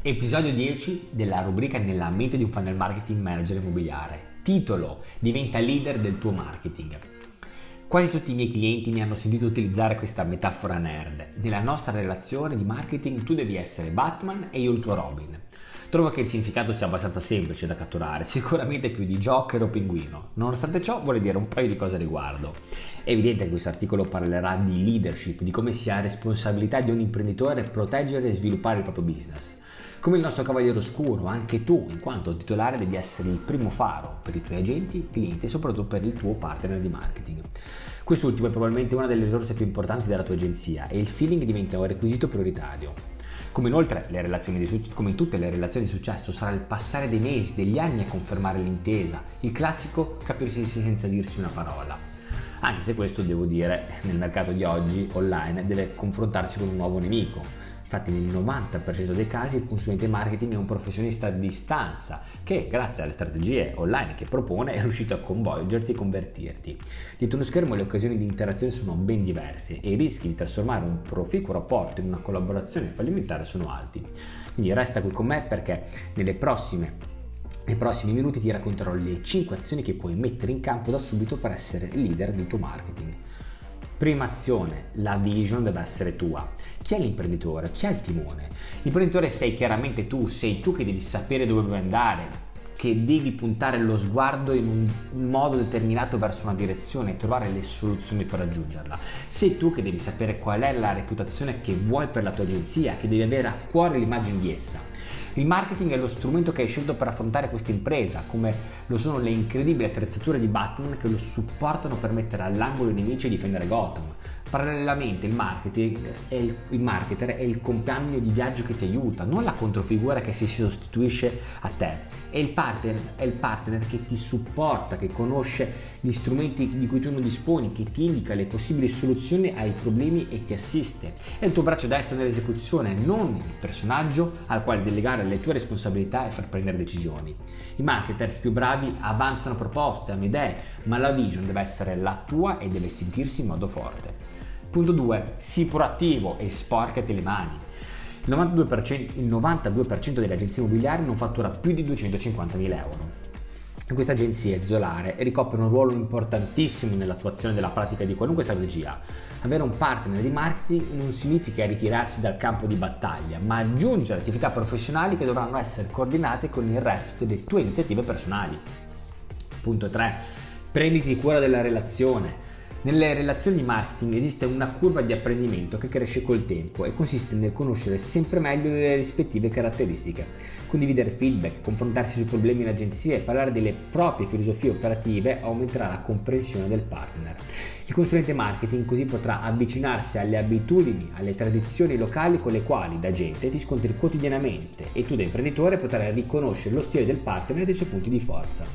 Episodio 10 della rubrica Nella mente di un funnel marketing manager immobiliare. Titolo: diventa leader del tuo marketing. Quasi tutti i miei clienti mi hanno sentito utilizzare questa metafora nerd. Nella nostra relazione di marketing tu devi essere Batman e io il tuo Robin. Trovo che il significato sia abbastanza semplice da catturare, sicuramente più di Joker o Pinguino. Nonostante ciò vuole dire un paio di cose a riguardo. È evidente che questo articolo parlerà di leadership, di come sia responsabilità di un imprenditore proteggere e sviluppare il proprio business. Come il nostro cavaliere oscuro, anche tu, in quanto titolare, devi essere il primo faro per i tuoi agenti, clienti e soprattutto per il tuo partner di marketing. Quest'ultimo è probabilmente una delle risorse più importanti della tua agenzia e il feeling diventa un requisito prioritario. Come inoltre come in tutte le relazioni di successo, sarà il passare dei mesi, degli anni a confermare l'intesa, il classico capirsi senza dirsi una parola. Anche se questo, devo dire, nel mercato di oggi online deve confrontarsi con un nuovo nemico. Infatti nel 90% dei casi il consulente marketing è un professionista a distanza che, grazie alle strategie online che propone, è riuscito a coinvolgerti e convertirti. Dietro uno schermo le occasioni di interazione sono ben diverse e i rischi di trasformare un proficuo rapporto in una collaborazione fallimentare sono alti. Quindi resta qui con me perché nei prossimi minuti ti racconterò le 5 azioni che puoi mettere in campo da subito per essere leader del tuo marketing. Prima azione, la vision deve essere tua. Chi è l'imprenditore? Chi ha il timone? L'imprenditore sei chiaramente tu, sei tu che devi sapere dove vuoi andare, che devi puntare lo sguardo in un modo determinato verso una direzione e trovare le soluzioni per raggiungerla. Sei tu che devi sapere qual è la reputazione che vuoi per la tua agenzia, che devi avere a cuore l'immagine di essa. Il marketing è lo strumento che hai scelto per affrontare questa impresa, come lo sono le incredibili attrezzature di Batman che lo supportano per mettere all'angolo i nemici e difendere Gotham. Parallelamente il marketer è il compagno di viaggio che ti aiuta, non la controfigura che si sostituisce a te. È il partner che ti supporta, che conosce gli strumenti di cui tu non disponi, che ti indica le possibili soluzioni ai problemi e ti assiste. È il tuo braccio destro nell'esecuzione, non il personaggio al quale delegare le tue responsabilità e far prendere decisioni. I marketers più bravi avanzano proposte, hanno idee, ma la vision deve essere la tua e deve sentirsi in modo forte. Punto 2. Sii proattivo e sporcati le mani. Il 92% delle agenzie immobiliari non fattura più di 250.000 euro. Queste agenzie titolare ricoprono un ruolo importantissimo nell'attuazione della pratica di qualunque strategia. Avere un partner di marketing non significa ritirarsi dal campo di battaglia, ma aggiungere attività professionali che dovranno essere coordinate con il resto delle tue iniziative personali. Punto 3. Prenditi cura della relazione. Nelle relazioni di marketing esiste una curva di apprendimento che cresce col tempo e consiste nel conoscere sempre meglio le rispettive caratteristiche. Condividere feedback, confrontarsi sui problemi in agenzia e parlare delle proprie filosofie operative aumenterà la comprensione del partner. Il consulente marketing così potrà avvicinarsi alle abitudini, alle tradizioni locali con le quali da agente ti scontri quotidianamente e tu da imprenditore potrai riconoscere lo stile del partner e dei suoi punti di forza.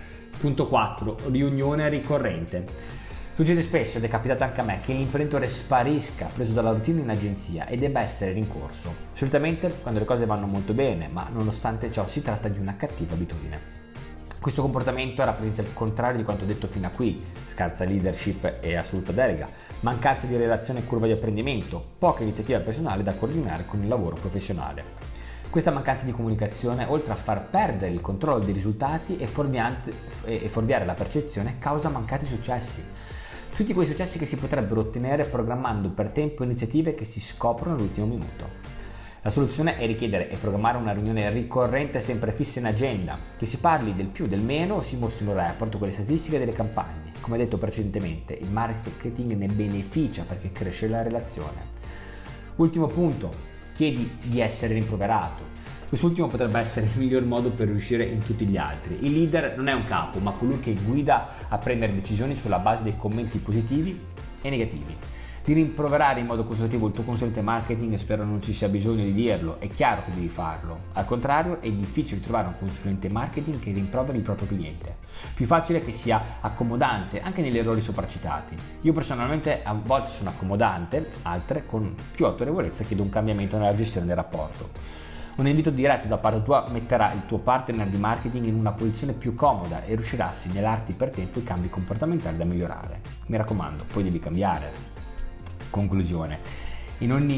Punto 4. Riunione ricorrente. Succede spesso, ed è capitato anche a me, che l'imprenditore sparisca preso dalla routine in agenzia e debba essere rincorso. Solitamente quando le cose vanno molto bene, ma nonostante ciò si tratta di una cattiva abitudine. Questo comportamento rappresenta il contrario di quanto detto fino a qui: scarsa leadership e assoluta delega, mancanza di relazione e curva di apprendimento, poca iniziativa personale da coordinare con il lavoro professionale. Questa mancanza di comunicazione, oltre a far perdere il controllo dei risultati e fuorviare la percezione, causa mancati successi. Tutti quei successi che si potrebbero ottenere programmando per tempo iniziative che si scoprono all'ultimo minuto. La soluzione è richiedere e programmare una riunione ricorrente sempre fissa in agenda, che si parli del più, del meno o si mostrino report con le statistiche delle campagne. Come detto precedentemente, il marketing ne beneficia perché cresce la relazione. Ultimo punto, chiedi di essere rimproverato. Quest'ultimo potrebbe essere il miglior modo per riuscire in tutti gli altri. Il leader non è un capo, ma colui che guida a prendere decisioni sulla base dei commenti positivi e negativi. Di rimproverare in modo costruttivo il tuo consulente marketing spero non ci sia bisogno di dirlo, è chiaro che devi farlo. Al contrario, è difficile trovare un consulente marketing che rimproveri il proprio cliente. Più facile che sia accomodante, anche negli errori sopracitati. Io personalmente a volte sono accomodante, altre con più autorevolezza chiedo un cambiamento nella gestione del rapporto. Un invito diretto da parte tua metterà il tuo partner di marketing in una posizione più comoda e riuscirà a segnalarti per tempo i cambi comportamentali da migliorare. Mi raccomando, poi devi cambiare. Conclusione. In ogni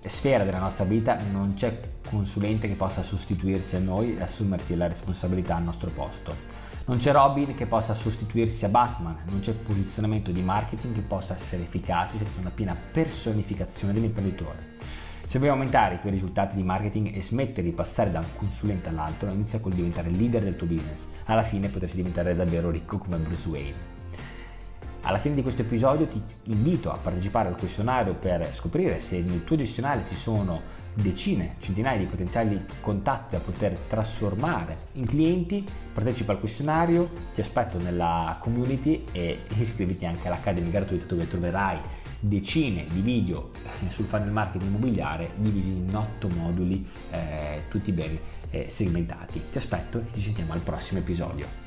sfera della nostra vita non c'è consulente che possa sostituirsi a noi e assumersi la responsabilità al nostro posto. Non c'è Robin che possa sostituirsi a Batman, non c'è posizionamento di marketing che possa essere efficace senza una piena personificazione dell'imprenditore. Se vuoi aumentare i tuoi risultati di marketing e smettere di passare da un consulente all'altro, inizia col diventare leader del tuo business. Alla fine potresti diventare davvero ricco come Bruce Wayne. Alla fine di questo episodio ti invito a partecipare al questionario per scoprire se nel tuo gestionale ci sono decine, centinaia di potenziali contatti da poter trasformare in clienti. Partecipa al questionario, ti aspetto nella community e iscriviti anche all'Academy gratuita, dove troverai decine di video sul funnel marketing immobiliare divisi in 8 moduli, tutti ben segmentati. Ti aspetto e ci sentiamo al prossimo episodio.